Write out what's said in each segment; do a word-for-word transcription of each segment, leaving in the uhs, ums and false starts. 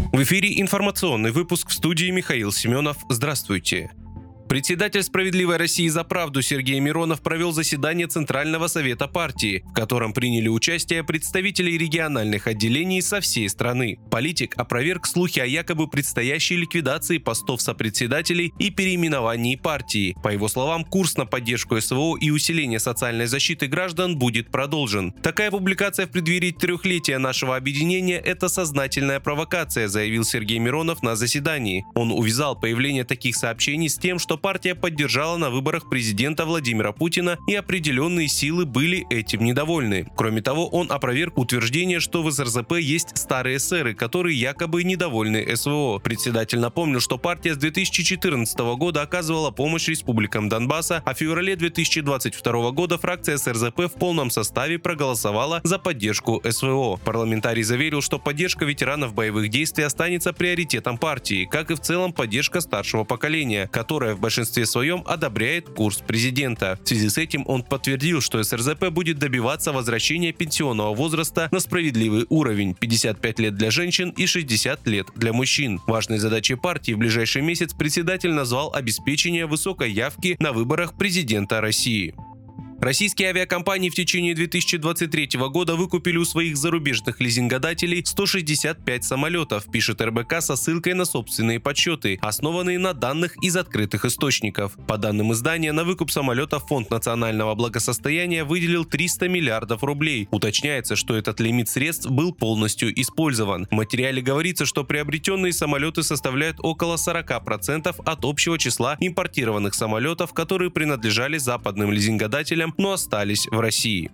В эфире информационный выпуск, в студии Михаил Семенов. Здравствуйте. Председатель «Справедливой России за правду» Сергей Миронов провел заседание Центрального совета партии, в котором приняли участие представители региональных отделений со всей страны. Политик опроверг слухи о якобы предстоящей ликвидации постов сопредседателей и переименовании партии. По его словам, курс на поддержку СВО и усиление социальной защиты граждан будет продолжен. Такая публикация в преддверии трехлетия нашего объединения – это сознательная провокация, заявил Сергей Миронов на заседании. Он увязал появление таких сообщений с тем, что партия поддержала на выборах президента Владимира Путина, и определенные силы были этим недовольны. Кроме того, он опроверг утверждение, что в СРЗП есть старые эсеры, которые якобы недовольны СВО. Председатель напомнил, что партия с две тысячи четырнадцатого года оказывала помощь республикам Донбасса, а в феврале две тысячи двадцать второго года фракция СРЗП в полном составе проголосовала за поддержку СВО. Парламентарий заверил, что поддержка ветеранов боевых действий останется приоритетом партии, как и в целом поддержка старшего поколения, которая в большинстве своем одобряет курс президента. В связи с этим он подтвердил, что СРЗП будет добиваться возвращения пенсионного возраста на справедливый уровень – пятьдесят пять лет для женщин и шестьдесят лет для мужчин. Важной задачей партии в ближайший месяц председатель назвал обеспечение высокой явки на выборах президента России. Российские авиакомпании в течение две тысячи двадцать третьего года выкупили у своих зарубежных лизингодателей сто шестьдесят пять самолетов, пишет эр бэ ка со ссылкой на собственные подсчеты, основанные на данных из открытых источников. По данным издания, на выкуп самолетов Фонд национального благосостояния выделил триста миллиардов рублей. Уточняется, что этот лимит средств был полностью использован. В материале говорится, что приобретенные самолеты составляют около сорок процентов от общего числа импортированных самолетов, которые принадлежали западным лизингодателям, но остались в России.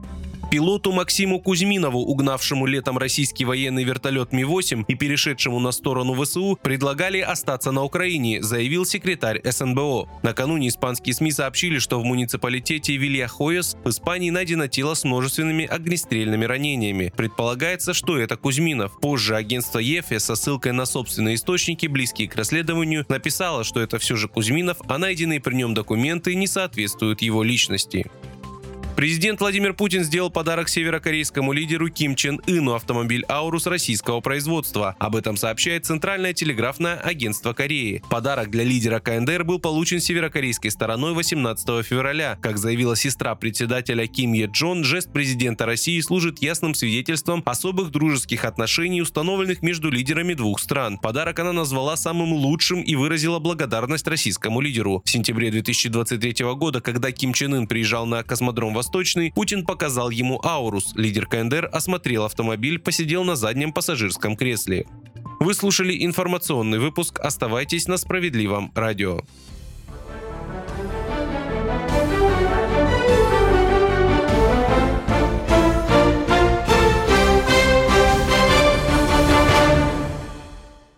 Пилоту Максиму Кузьминову, угнавшему летом российский военный вертолет Ми восемь и перешедшему на сторону вэ эс у, предлагали остаться на Украине, заявил секретарь эс эн бэ о. Накануне испанские СМИ сообщили, что в муниципалитете Вильяхойос в Испании найдено тело с множественными огнестрельными ранениями. Предполагается, что это Кузьминов. Позже агентство ЕФЕ со ссылкой на собственные источники, близкие к расследованию, написало, что это все же Кузьминов, а найденные при нем документы не соответствуют его личности. Президент Владимир Путин сделал подарок северокорейскому лидеру Ким Чен Ыну автомобиль «Аурус» российского производства. Об этом сообщает Центральное телеграфное агентство Кореи. Подарок для лидера ка эн дэ эр был получен северокорейской стороной восемнадцатого февраля. Как заявила сестра председателя Ким Е Джон, жест президента России служит ясным свидетельством особых дружеских отношений, установленных между лидерами двух стран. Подарок она назвала самым лучшим и выразила благодарность российскому лидеру. В сентябре две тысячи двадцать третьего года, когда Ким Чен Ын приезжал на космодром Восточный, Путин показал ему «Аурус». Лидер ка эн дэ эр осмотрел автомобиль, посидел на заднем пассажирском кресле. Вы слушали информационный выпуск. Оставайтесь на Справедливом радио.